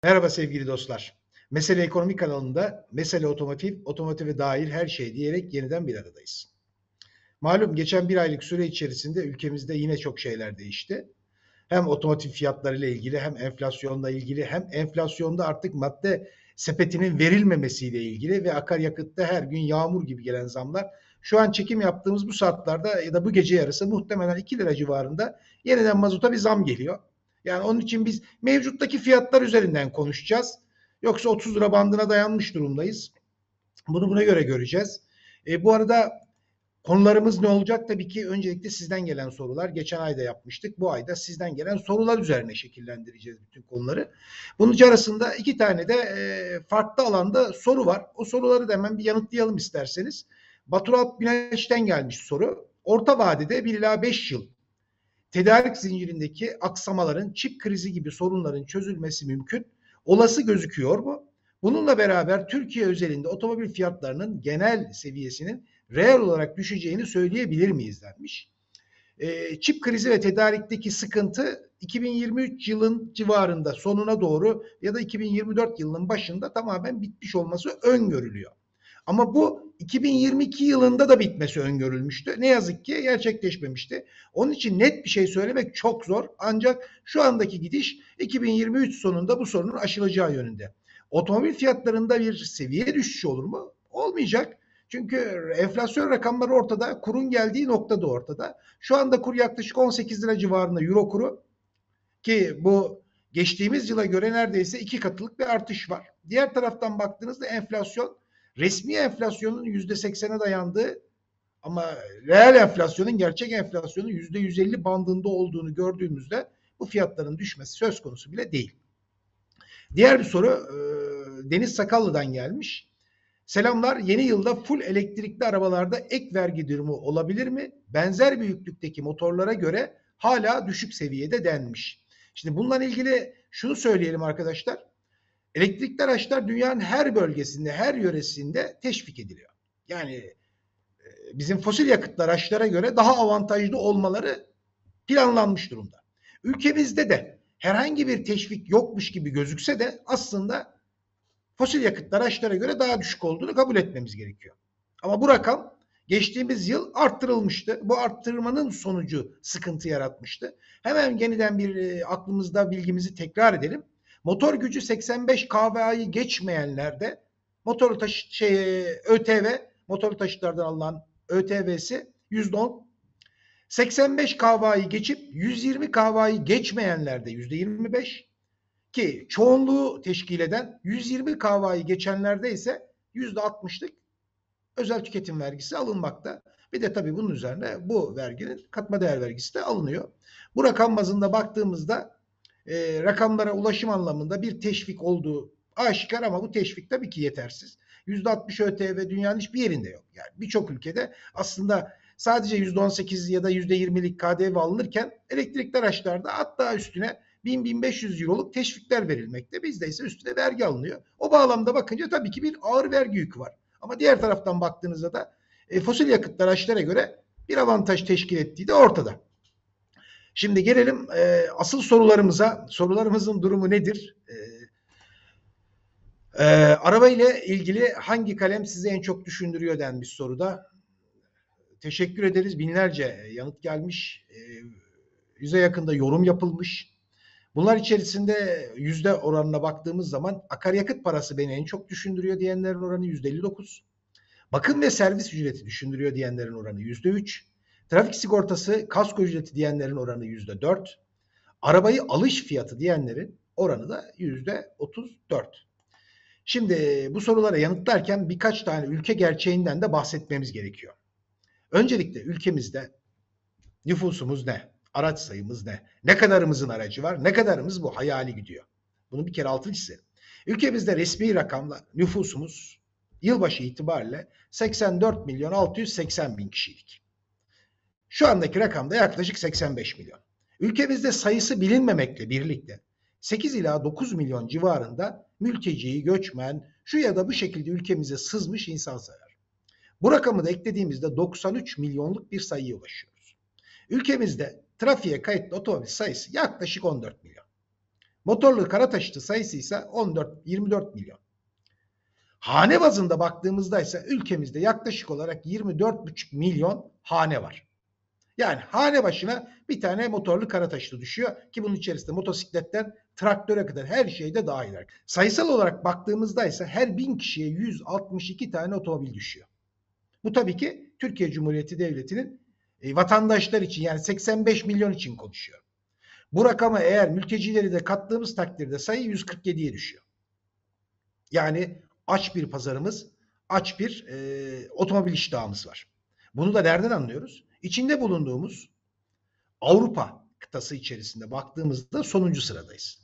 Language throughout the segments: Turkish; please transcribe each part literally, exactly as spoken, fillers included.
Merhaba sevgili dostlar. Mesele Ekonomi kanalında Mesele Otomotiv, otomotive dair her şey diyerek yeniden bir aradayız. Malum geçen bir aylık süre içerisinde ülkemizde yine çok şeyler değişti. Hem otomotiv fiyatlarıyla ilgili hem enflasyonla ilgili hem enflasyonda artık madde sepetinin verilmemesiyle ilgili ve akaryakıtta her gün yağmur gibi gelen zamlar. Şu an çekim yaptığımız bu saatlerde ya da bu gece yarısı muhtemelen iki lira civarında yeniden mazota bir zam geliyor. Yani onun için biz mevcuttaki fiyatlar üzerinden konuşacağız. Yoksa otuz lira bandına dayanmış durumdayız. Bunu buna göre göreceğiz. E, bu arada konularımız ne olacak? Tabii ki öncelikle sizden gelen sorular. Geçen ayda yapmıştık. Bu ayda sizden gelen sorular üzerine şekillendireceğiz bütün konuları. Bunun arasında iki tane de e, farklı alanda soru var. O soruları da hemen bir yanıtlayalım isterseniz. Batur Alp Güneş'ten gelmiş soru. Orta vadede bir ila beş yıl tedarik zincirindeki aksamaların, çip krizi gibi sorunların çözülmesi mümkün. Olası gözüküyor mu? Bununla beraber Türkiye özelinde otomobil fiyatlarının genel seviyesinin reel olarak düşeceğini söyleyebilir miyiz denmiş. E, çip krizi ve tedarikteki sıkıntı iki bin yirmi üç yılın civarında sonuna doğru ya da iki bin yirmi dört yılının başında tamamen bitmiş olması öngörülüyor. Ama bu iki bin yirmi iki yılında da bitmesi öngörülmüştü. Ne yazık ki gerçekleşmemişti. Onun için net bir şey söylemek çok zor. Ancak şu andaki gidiş iki bin yirmi üç sonunda bu sorunun aşılacağı yönünde. Otomobil fiyatlarında bir seviye düşüşü olur mu? Olmayacak. Çünkü enflasyon rakamları ortada, kurun geldiği nokta da ortada. Şu anda kur yaklaşık on sekiz lira civarında euro kuru ki bu geçtiğimiz yıla göre neredeyse iki katılık bir artış var. Diğer taraftan baktığınızda enflasyon resmi enflasyonun yüzde seksene dayandığı ama reel enflasyonun gerçek enflasyonun yüzde yüz elli bandında olduğunu gördüğümüzde bu fiyatların düşmesi söz konusu bile değil. Diğer bir soru Deniz Sakallı'dan gelmiş. Selamlar. Yeni yılda full elektrikli arabalarda ek vergi durumu olabilir mi? Benzer büyüklükteki motorlara göre hala düşük seviyede denmiş. Şimdi bununla ilgili şunu söyleyelim arkadaşlar. Elektrikli araçlar dünyanın her bölgesinde, her yöresinde teşvik ediliyor. Yani bizim fosil yakıtlı araçlara göre daha avantajlı olmaları planlanmış durumda. Ülkemizde de herhangi bir teşvik yokmuş gibi gözükse de aslında fosil yakıtlı araçlara göre daha düşük olduğunu kabul etmemiz gerekiyor. Ama bu rakam geçtiğimiz yıl arttırılmıştı. Bu arttırmanın sonucu sıkıntı yaratmıştı. Hemen yeniden bir e, aklımızda bilgimizi tekrar edelim. Motor gücü seksen beş kW'yi geçmeyenlerde motor taşı şey ÖTV, motor taşıtlardan alınan ÖTV'si yüzde on. seksen beş kW'yi geçip yüz yirmi kW'yi geçmeyenlerde yüzde yirmi beş. Ki çoğunluğu teşkil eden yüz yirmi kW'yi geçenlerde ise yüzde altmışlık özel tüketim vergisi alınmakta. Bir de tabii bunun üzerine bu verginin katma değer vergisi de alınıyor. Bu rakam bazında baktığımızda e, rakamlara ulaşım anlamında bir teşvik olduğu aşikar ama bu teşvik tabii ki yetersiz. yüzde altmış ÖTV dünyanın hiçbir yerinde yok. Yani birçok ülkede aslında sadece yüzde on sekiz ya da yüzde yirmilik K D V alınırken elektrikli araçlarda hatta üstüne bin bin beş yüz euroluk teşvikler verilmekte. Bizde ise üstüne vergi alınıyor. O bağlamda bakınca tabii ki bir ağır vergi yükü var. Ama diğer taraftan baktığınızda da e, fosil yakıtlı araçlara göre bir avantaj teşkil ettiği de ortada. Şimdi gelelim e, asıl sorularımıza. Sorularımızın durumu nedir? E, e, araba ile ilgili hangi kalem sizi en çok düşündürüyor denmiş soruda. Teşekkür ederiz. Binlerce yanıt gelmiş. E, yüze yakında yorum yapılmış. Bunlar içerisinde yüzde oranına baktığımız zaman akaryakıt parası beni en çok düşündürüyor diyenlerin oranı yüzde elli dokuz. Bakım ve servis ücreti düşündürüyor diyenlerin oranı yüzde üç. Trafik sigortası, kasko ücreti diyenlerin oranı yüzde dört. Arabayı alış fiyatı diyenlerin oranı da yüzde otuz dört. Şimdi bu sorulara yanıtlarken birkaç tane ülke gerçeğinden de bahsetmemiz gerekiyor. Öncelikle ülkemizde nüfusumuz ne? Araç sayımız ne? Ne kadarımızın aracı var? Ne kadarımız bu hayali gidiyor? Bunu bir kere altını çizelim. Ülkemizde resmi rakamla nüfusumuz yılbaşı itibariyle seksen dört milyon altı yüz seksen bin kişilik. Şu andaki rakamda yaklaşık seksen beş milyon. Ülkemizde sayısı bilinmemekle birlikte sekiz ila dokuz milyon civarında mülteci, göçmen, şu ya da bu şekilde ülkemize sızmış insan sayar. Bu rakamı da eklediğimizde doksan üç milyonluk bir sayıya ulaşıyoruz. Ülkemizde trafiğe kayıtlı otomobil sayısı yaklaşık on dört milyon. Motorlu kara taşıtı sayısı ise on dört yirmi dört milyon. Hane bazında baktığımızda ise ülkemizde yaklaşık olarak yirmi dört buçuk milyon hane var. Yani hane başına bir tane motorlu kara taşıtı düşüyor ki bunun içerisinde motosikletten traktöre kadar her şeyde dahil. Sayısal olarak baktığımızda ise her bin kişiye yüz altmış iki tane otomobil düşüyor. Bu tabii ki Türkiye Cumhuriyeti Devleti'nin e, vatandaşlar için, yani seksen beş milyon için konuşuyor. Bu rakama eğer mültecileri de kattığımız takdirde sayı yüz kırk yediye düşüyor. Yani aç bir pazarımız, aç bir e, otomobil iştahımız var. Bunu da nereden anlıyoruz? İçinde bulunduğumuz Avrupa kıtası içerisinde baktığımızda sonuncu sıradayız.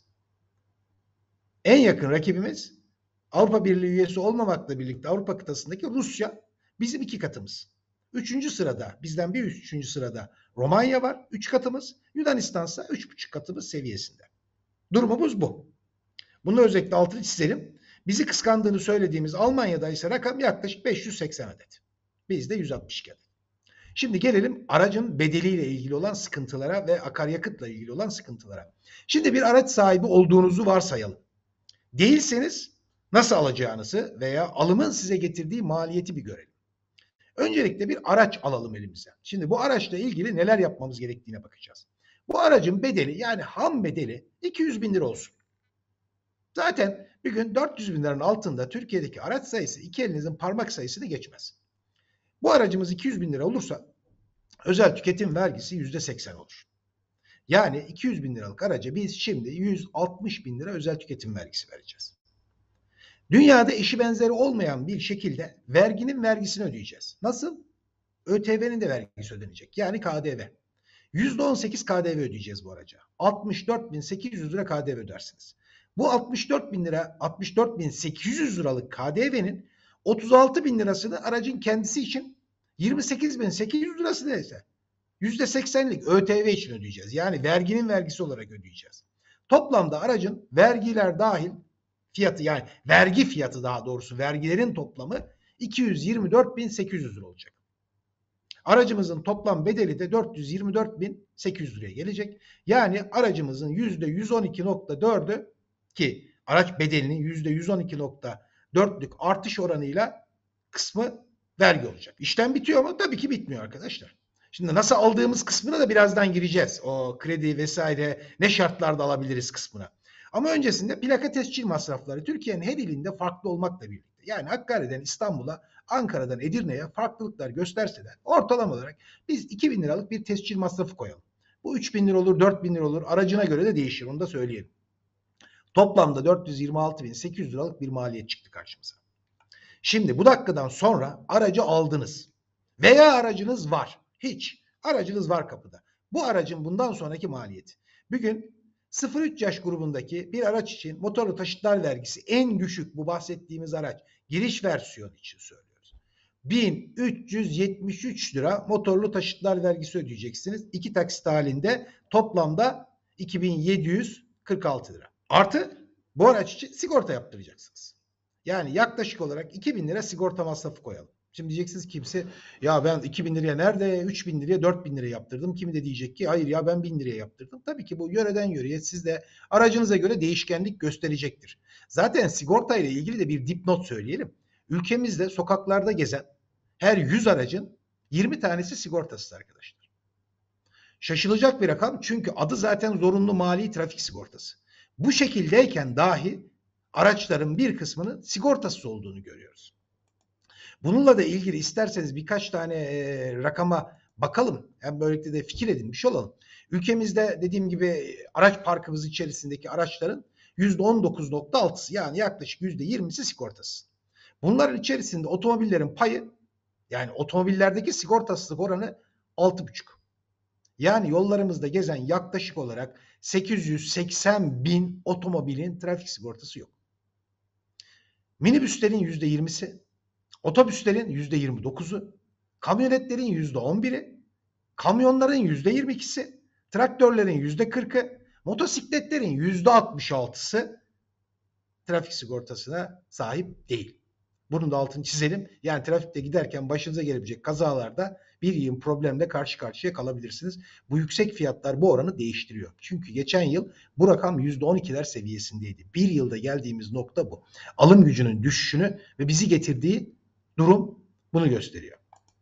En yakın rakibimiz Avrupa Birliği üyesi olmamakla birlikte Avrupa kıtasındaki Rusya, bizim iki katımız. Üçüncü sırada, bizden bir üçüncü sırada Romanya var, üç katımız. Yunanistan ise üç buçuk katımız seviyesinde. Durumumuz bu. Bunu özellikle altını çizelim. Bizi kıskandığını söylediğimiz Almanya'da ise rakam yaklaşık beş yüz seksen adet. Bizde yüz altmış iki adet. Şimdi gelelim aracın bedeliyle ilgili olan sıkıntılara ve akaryakıtla ilgili olan sıkıntılara. Şimdi bir araç sahibi olduğunuzu varsayalım. Değilseniz nasıl alacağınızı veya alımın size getirdiği maliyeti bir görelim. Öncelikle bir araç alalım elimize. Şimdi bu araçla ilgili neler yapmamız gerektiğine bakacağız. Bu aracın bedeli, yani ham bedeli iki yüz bin lira olsun. Zaten bir gün dört yüz bin liranın altında Türkiye'deki araç sayısı iki elinizin parmak sayısını geçmez. Bu aracımız iki yüz bin lira olursa özel tüketim vergisi yüzde seksen olur. Yani iki yüz bin liralık araca biz şimdi yüz altmış bin lira özel tüketim vergisi vereceğiz. Dünyada eşi benzeri olmayan bir şekilde verginin vergisini ödeyeceğiz. Nasıl? ÖTV'nin de vergisi ödenecek. Yani K D V. yüzde on sekiz K D V ödeyeceğiz bu araca. altmış dört bin sekiz yüz lira K D V ödersiniz. Bu altmış dört bin lira, altmış dört bin sekiz yüz liralık K D V'nin otuz altı bin lirasını aracın kendisi için, yirmi sekiz bin sekiz yüz lirası neyse yüzde seksenlik ÖTV için ödeyeceğiz. Yani verginin vergisi olarak ödeyeceğiz. Toplamda aracın vergiler dahil fiyatı, yani vergi fiyatı, daha doğrusu vergilerin toplamı iki yüz yirmi dört bin sekiz yüz lira olacak. Aracımızın toplam bedeli de dört yüz yirmi dört bin sekiz yüz liraya gelecek. Yani aracımızın yüzde yüz on iki nokta dördü, ki araç bedelinin yüzde yüz on iki nokta dörtlük artış oranıyla kısmı vergi olacak. İşlem bitiyor mu? Tabii ki bitmiyor arkadaşlar. Şimdi nasıl aldığımız kısmına da birazdan gireceğiz. O kredi vesaire, ne şartlarda alabiliriz kısmına. Ama öncesinde plaka tescil masrafları Türkiye'nin her ilinde farklı olmakla birlikte, yani Hakkari'den İstanbul'a, Ankara'dan Edirne'ye farklılıklar gösterse de ortalama olarak biz iki bin liralık bir tescil masrafı koyalım. Bu üç bin lira olur, dört bin lira olur. Aracına göre de değişir. Onu da söyleyelim. Toplamda dört yüz yirmi altı bin sekiz yüz liralık bir maliyet çıktı karşımıza. Şimdi bu dakikadan sonra aracı aldınız veya aracınız var. Hiç. Aracınız var kapıda. Bu aracın bundan sonraki maliyeti. Bugün sıfır üç yaş grubundaki bir araç için motorlu taşıtlar vergisi en düşük, bu bahsettiğimiz araç giriş versiyonu için söylüyoruz, bin üç yüz yetmiş üç lira motorlu taşıtlar vergisi ödeyeceksiniz. İki taksit halinde toplamda iki bin yedi yüz kırk altı lira. Artı bu araç için sigorta yaptıracaksınız. Yani yaklaşık olarak iki bin lira sigorta masrafı koyalım. Şimdi diyeceksiniz kimse, ya ben iki bin liraya nerede, üç bin liraya, dört bin liraya yaptırdım. Kimi de diyecek ki hayır ya ben bin liraya yaptırdım. Tabii ki bu yöreden yöreye, sizde aracınıza göre değişkenlik gösterecektir. Zaten sigorta ile ilgili de bir dipnot söyleyelim. Ülkemizde sokaklarda gezen her yüz aracın yirmi tanesi sigortasız arkadaşlar. Şaşılacak bir rakam, çünkü adı zaten zorunlu mali trafik sigortası. Bu şekildeyken dahi araçların bir kısmının sigortasız olduğunu görüyoruz. Bununla da ilgili isterseniz birkaç tane e, rakama bakalım. Hem böylelikle de fikir edinmiş olalım. Ülkemizde dediğim gibi araç parkımız içerisindeki araçların yüzde on dokuz nokta altısı, yani yaklaşık yüzde yirmisi sigortasız. Bunların içerisinde otomobillerin payı, yani otomobillerdeki sigortasızlık oranı altı buçuk. Yani yollarımızda gezen yaklaşık olarak sekiz yüz seksen bin otomobilin trafik sigortası yok. Minibüslerin yüzde yirmisi, otobüslerin yüzde yirmi dokuzu, kamyonetlerin yüzde on biri, kamyonların yüzde yirmi ikisi, traktörlerin yüzde kırkı, motosikletlerin yüzde altmış altısı trafik sigortasına sahip değil. Bunun da altını çizelim. Yani trafikte giderken başınıza gelebilecek kazalarda bir yığın problemle karşı karşıya kalabilirsiniz. Bu yüksek fiyatlar bu oranı değiştiriyor. Çünkü geçen yıl bu rakam yüzde on ikiler seviyesindeydi. Bir yılda geldiğimiz nokta bu. Alım gücünün düşüşünü ve bizi getirdiği durum bunu gösteriyor.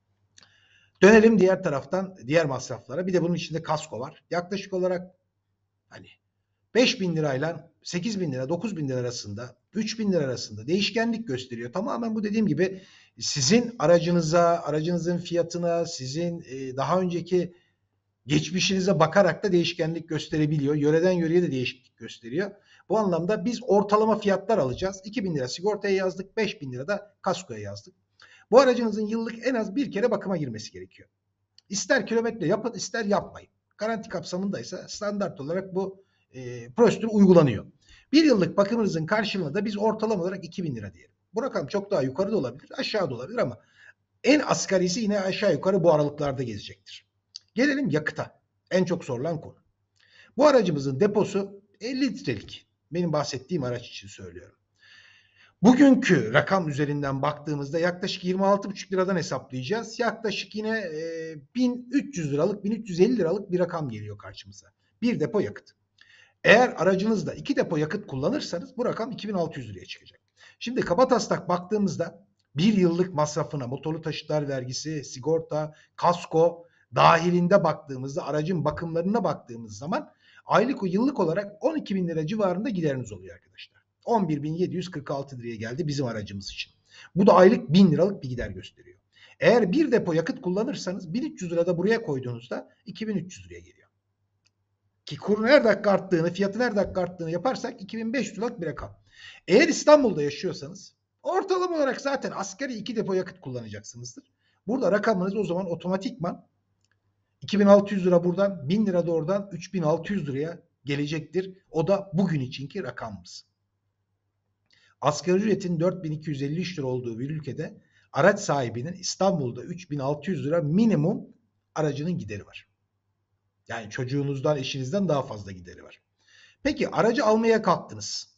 Dönelim diğer taraftan diğer masraflara. Bir de bunun içinde kasko var. Yaklaşık olarak hani beş bin lirayla sekiz bin lira, dokuz bin lira arasında, üç bin lira arasında değişkenlik gösteriyor. Tamamen bu dediğim gibi sizin aracınıza, aracınızın fiyatına, sizin e, daha önceki geçmişinize bakarak da değişkenlik gösterebiliyor. Yöreden yöreye de değişiklik gösteriyor. Bu anlamda biz ortalama fiyatlar alacağız. iki bin lira sigortaya yazdık, beş bin lira da kaskoya yazdık. Bu aracınızın yıllık en az bir kere bakıma girmesi gerekiyor. İster kilometre yapın, ister yapmayın. Garanti kapsamındaysa standart olarak bu e, prosedür uygulanıyor. Bir yıllık bakımınızın karşılığında da biz ortalama olarak iki bin lira diyelim. Bu rakam çok daha yukarı da olabilir, aşağı da olabilir ama en asgarisi yine aşağı yukarı bu aralıklarda gezecektir. Gelelim yakıta. En çok sorulan konu. Bu aracımızın deposu elli litrelik. Benim bahsettiğim araç için söylüyorum. Bugünkü rakam üzerinden baktığımızda yaklaşık yirmi altı buçuk liradan hesaplayacağız. Yaklaşık yine e, bin üç yüz liralık, bin üç yüz elli liralık bir rakam geliyor karşımıza. Bir depo yakıt. Eğer aracınızda iki depo yakıt kullanırsanız bu rakam iki bin altı yüz liraya çıkacak. Şimdi kabataslak baktığımızda bir yıllık masrafına motorlu taşıtlar vergisi, sigorta, kasko dahilinde baktığımızda aracın bakımlarına baktığımız zaman aylık o yıllık olarak on iki bin lira civarında gideriniz oluyor arkadaşlar. on bir bin yedi yüz kırk altı liraya geldi bizim aracımız için. Bu da aylık bin liralık bir gider gösteriyor. Eğer bir depo yakıt kullanırsanız bin üç yüz lira da buraya koyduğunuzda iki bin üç yüz liraya geliyor. Ki kurun her dakika arttığını, fiyatın her dakika arttığını yaparsak iki bin beş yüz liralık bir rakam. Eğer İstanbul'da yaşıyorsanız ortalama olarak zaten asgari iki depo yakıt kullanacaksınızdır. Burada rakamınız o zaman otomatikman iki bin altı yüz lira buradan, bin lira da oradan üç bin altı yüz liraya gelecektir. O da bugün içinki rakamımız. Asgari ücretin dört bin iki yüz elli üç lira olduğu bir ülkede araç sahibinin İstanbul'da üç bin altı yüz lira minimum aracının gideri var. Yani çocuğunuzdan, eşinizden daha fazla gideri var. Peki aracı almaya kalktınız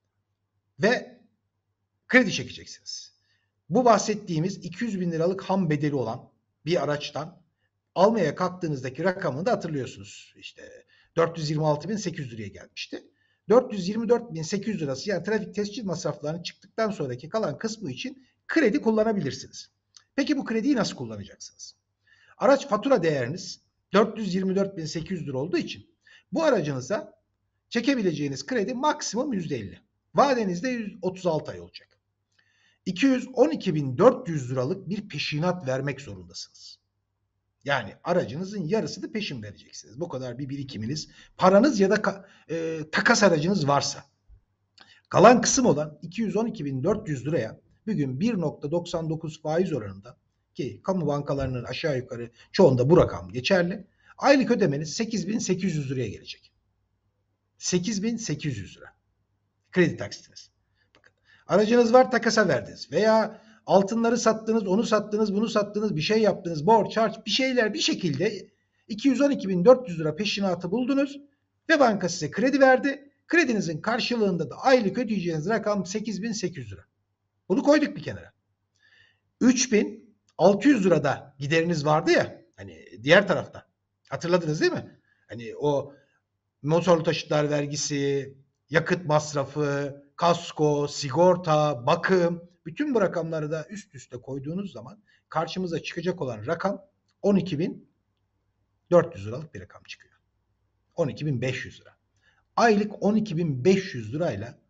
ve kredi çekeceksiniz. Bu bahsettiğimiz iki yüz bin liralık ham bedeli olan bir araçtan almaya kalktığınızdaki rakamını da hatırlıyorsunuz. İşte dört yüz yirmi altı bin sekiz yüz liraya gelmişti. dört yüz yirmi dört bin sekiz yüz lirası yani trafik tescil masraflarının çıktıktan sonraki kalan kısmı için kredi kullanabilirsiniz. Peki bu krediyi nasıl kullanacaksınız? Araç fatura değeriniz dört yüz yirmi dört bin sekiz yüz lira olduğu için bu aracınıza çekebileceğiniz kredi maksimum yüzde elli. Vadeniz de yüz otuz altı ay olacak. iki yüz on iki bin dört yüz liralık bir peşinat vermek zorundasınız. Yani aracınızın yarısını peşin vereceksiniz. Bu kadar bir birikiminiz, paranız ya da e, takas aracınız varsa. Kalan kısım olan iki yüz on iki bin dört yüz liraya bugün bir nokta doksan dokuz faiz oranında ki kamu bankalarının aşağı yukarı çoğunda bu rakam geçerli. Aylık ödemeniz sekiz bin sekiz yüz liraya gelecek. sekiz bin sekiz yüz lira. Kredi taksitiniz. Bakın, aracınız var, takasa verdiniz veya altınları sattınız, onu sattınız, bunu sattınız, bir şey yaptınız, borç, harç, bir şeyler bir şekilde iki yüz on iki bin dört yüz lira peşinatı buldunuz ve banka size kredi verdi. Kredinizin karşılığında da aylık ödeyeceğiniz rakam sekiz bin sekiz yüz lira. Bunu koyduk bir kenara. üç bin altı yüz lirada gideriniz vardı ya hani diğer tarafta. Hatırladınız değil mi? Hani o motorlu taşıtlar vergisi, yakıt masrafı, kasko, sigorta, bakım, bütün bu rakamları da üst üste koyduğunuz zaman karşımıza çıkacak olan rakam on iki bin dört yüz liralık bir rakam çıkıyor. on iki bin beş yüz lira. Aylık on iki bin beş yüz lirayla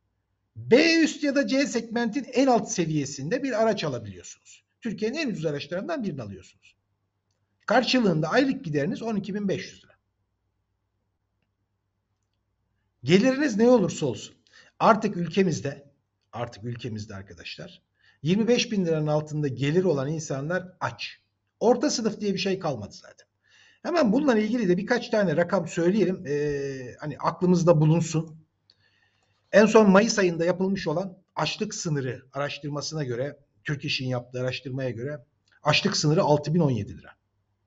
B üst ya da C segmentin en alt seviyesinde bir araç alabiliyorsunuz. Türkiye'nin en ucuz araçlarından birini alıyorsunuz. Karşılığında aylık gideriniz on iki bin beş yüz lira. Geliriniz ne olursa olsun artık ülkemizde artık ülkemizde arkadaşlar yirmi beş bin liranın altında gelir olan insanlar aç. Orta sınıf diye bir şey kalmadı zaten. Hemen bununla ilgili de birkaç tane rakam söyleyelim. Ee, hani aklımızda bulunsun. En son Mayıs ayında yapılmış olan açlık sınırı araştırmasına göre, Türk İş'in yaptığı araştırmaya göre açlık sınırı altı bin on yedi lira.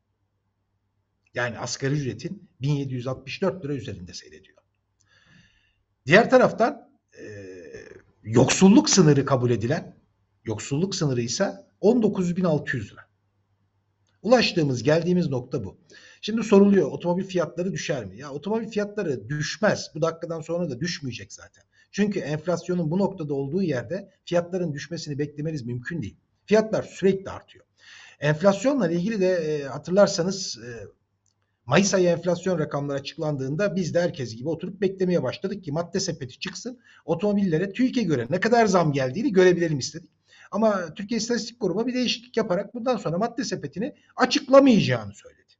Yani asgari ücretin bin yedi yüz altmış dört lira üzerinde seyrediyor. Diğer taraftan e, yoksulluk sınırı kabul edilen, Yoksulluk sınırı ise on dokuz bin altı yüz lira. Ulaştığımız, geldiğimiz nokta bu. Şimdi soruluyor, otomobil fiyatları düşer mi? Ya otomobil fiyatları düşmez. Bu dakikadan sonra da düşmeyecek zaten. Çünkü enflasyonun bu noktada olduğu yerde fiyatların düşmesini beklemeniz mümkün değil. Fiyatlar sürekli artıyor. Enflasyonla ilgili de e, hatırlarsanız e, Mayıs ayı enflasyon rakamları açıklandığında biz de herkes gibi oturup beklemeye başladık ki madde sepeti çıksın. Otomobillere TÜİK'e göre ne kadar zam geldiğini görebilelim istedik. Ama Türkiye İstatistik Kurumu bir değişiklik yaparak bundan sonra madde sepetini açıklamayacağını söyledi.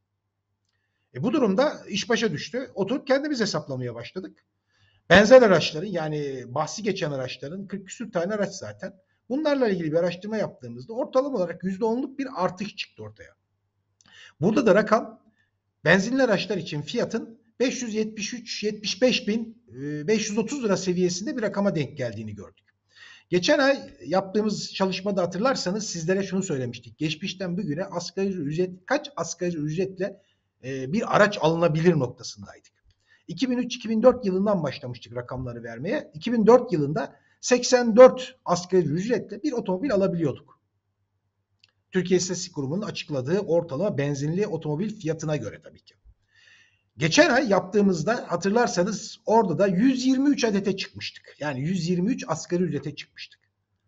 E bu durumda iş başa düştü. Oturup kendimiz hesaplamaya başladık. Benzer araçların, yani bahsi geçen araçların kırk küsür tane araç zaten. Bunlarla ilgili bir araştırma yaptığımızda ortalama olarak yüzde onluk bir artış çıktı ortaya. Burada da rakam benzinli araçlar için fiyatın beş yüz yetmiş üç yetmiş beş bin beş yüz otuz lira seviyesinde bir rakama denk geldiğini gördük. Geçen ay yaptığımız çalışmada hatırlarsanız sizlere şunu söylemiştik. Geçmişten bugüne asgari ücret, kaç asgari ücretle bir araç alınabilir noktasındaydık. iki bin üç iki bin dört yılından başlamıştık rakamları vermeye. iki bin dört yılında seksen dört asgari ücretle bir otomobil alabiliyorduk. Türkiye İstatistik Kurumu'nun açıkladığı ortalama benzinli otomobil fiyatına göre tabii ki. Geçen ay yaptığımızda hatırlarsanız orada da yüz yirmi üç adete çıkmıştık. Yani yüz yirmi üç asgari ücrete çıkmıştık.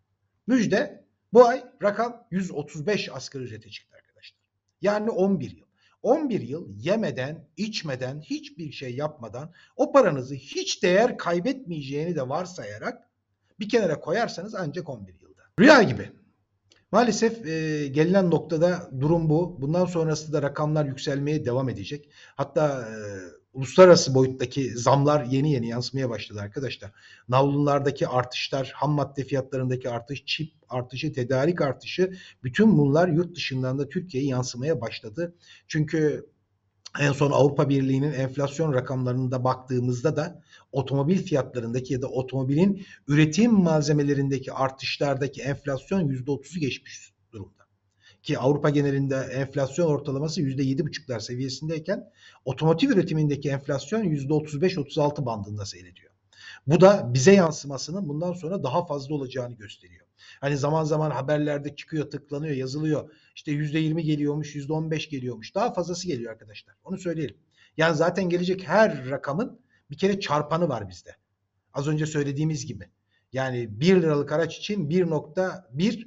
Müjde, bu ay rakam yüz otuz beş asgari ücrete çıktı arkadaşlar. Yani on bir yıl. on bir yıl yemeden, içmeden, hiçbir şey yapmadan o paranızı hiç değer kaybetmeyeceğini de varsayarak bir kenara koyarsanız ancak on bir yılda. Rüya gibi. Maalesef e, gelinen noktada durum bu. Bundan sonrası da rakamlar yükselmeye devam edecek. Hatta e, uluslararası boyuttaki zamlar yeni yeni yansımaya başladı arkadaşlar. Navlunlardaki artışlar, ham madde fiyatlarındaki artış, çip artışı, tedarik artışı, bütün bunlar yurt dışından da Türkiye'ye yansımaya başladı. Çünkü en son Avrupa Birliği'nin enflasyon rakamlarında baktığımızda da otomobil fiyatlarındaki ya da otomobilin üretim malzemelerindeki artışlardaki enflasyon yüzde otuzu geçmiş durumda. Ki Avrupa genelinde enflasyon ortalaması yüzde yedi buçuklar seviyesindeyken otomotiv üretimindeki enflasyon yüzde otuz beş otuz altı bandında seyrediyor. Bu da bize yansımasının bundan sonra daha fazla olacağını gösteriyor. Hani zaman zaman haberlerde çıkıyor, tıklanıyor, yazılıyor. İşte yüzde yirmi geliyormuş, yüzde on beş geliyormuş. Daha fazlası geliyor arkadaşlar. Onu söyleyelim. Yani zaten gelecek her rakamın bir kere çarpanı var bizde. Az önce söylediğimiz gibi. Yani bir liralık araç için bir nokta bir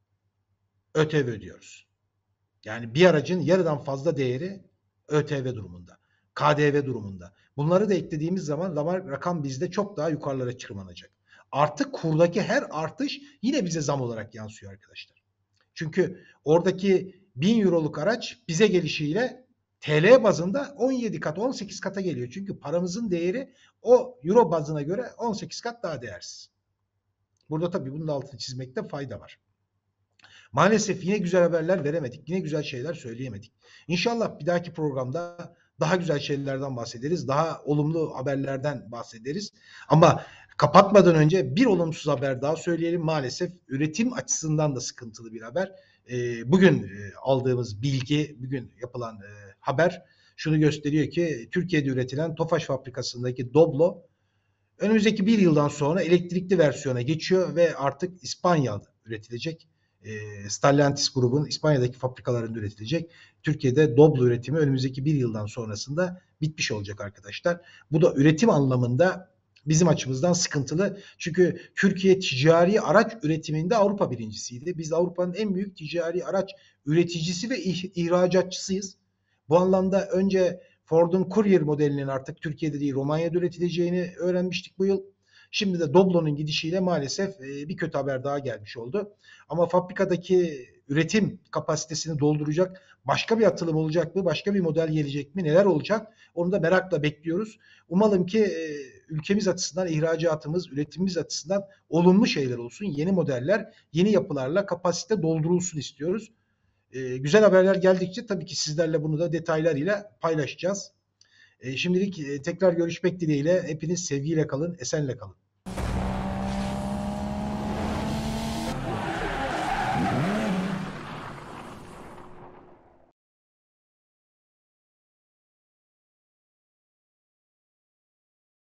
ÖTV ödüyoruz. Yani bir aracın yarıdan fazla değeri ÖTV durumunda. K D V durumunda. Bunları da eklediğimiz zaman rakam bizde çok daha yukarılara çıkmanacak. Artık kurdaki her artış yine bize zam olarak yansıyor arkadaşlar. Çünkü oradaki bin euroluk araç bize gelişiyle T L bazında on yedi kat on sekiz kata geliyor. Çünkü paramızın değeri o euro bazına göre on sekiz kat daha değersiz. Burada tabii bunun altını çizmekte fayda var. Maalesef yine güzel haberler veremedik. Yine güzel şeyler söyleyemedik. İnşallah bir dahaki programda daha güzel şeylerden bahsederiz. Daha olumlu haberlerden bahsederiz. Ama kapatmadan önce bir olumsuz haber daha söyleyelim. Maalesef üretim açısından da sıkıntılı bir haber. E, bugün e, aldığımız bilgi, bugün yapılan e, haber şunu gösteriyor ki Türkiye'de üretilen Tofaş fabrikasındaki Doblo önümüzdeki bir yıldan sonra elektrikli versiyona geçiyor ve artık İspanya'da üretilecek. E, Stellantis grubun İspanya'daki fabrikalarında üretilecek. Türkiye'de Doblo üretimi önümüzdeki bir yıldan sonrasında bitmiş olacak arkadaşlar. Bu da üretim anlamında bizim açımızdan sıkıntılı. Çünkü Türkiye ticari araç üretiminde Avrupa birincisiydi. Biz Avrupa'nın en büyük ticari araç üreticisi ve ihracatçısıyız. Bu anlamda önce Ford'un Courier modelinin artık Türkiye'de değil Romanya'da üretileceğini öğrenmiştik bu yıl. Şimdi de Doblo'nun gidişiyle maalesef bir kötü haber daha gelmiş oldu. Ama fabrikadaki üretim kapasitesini dolduracak başka bir atılım olacak mı? Başka bir model gelecek mi? Neler olacak? Onu da merakla bekliyoruz. Umalım ki ülkemiz açısından, ihracatımız, üretimimiz açısından olumlu şeyler olsun. Yeni modeller, yeni yapılarla kapasite doldurulsun istiyoruz. Güzel haberler geldikçe tabii ki sizlerle bunu da detaylarıyla paylaşacağız. Şimdilik tekrar görüşmek dileğiyle hepiniz sevgiyle kalın, esenle kalın.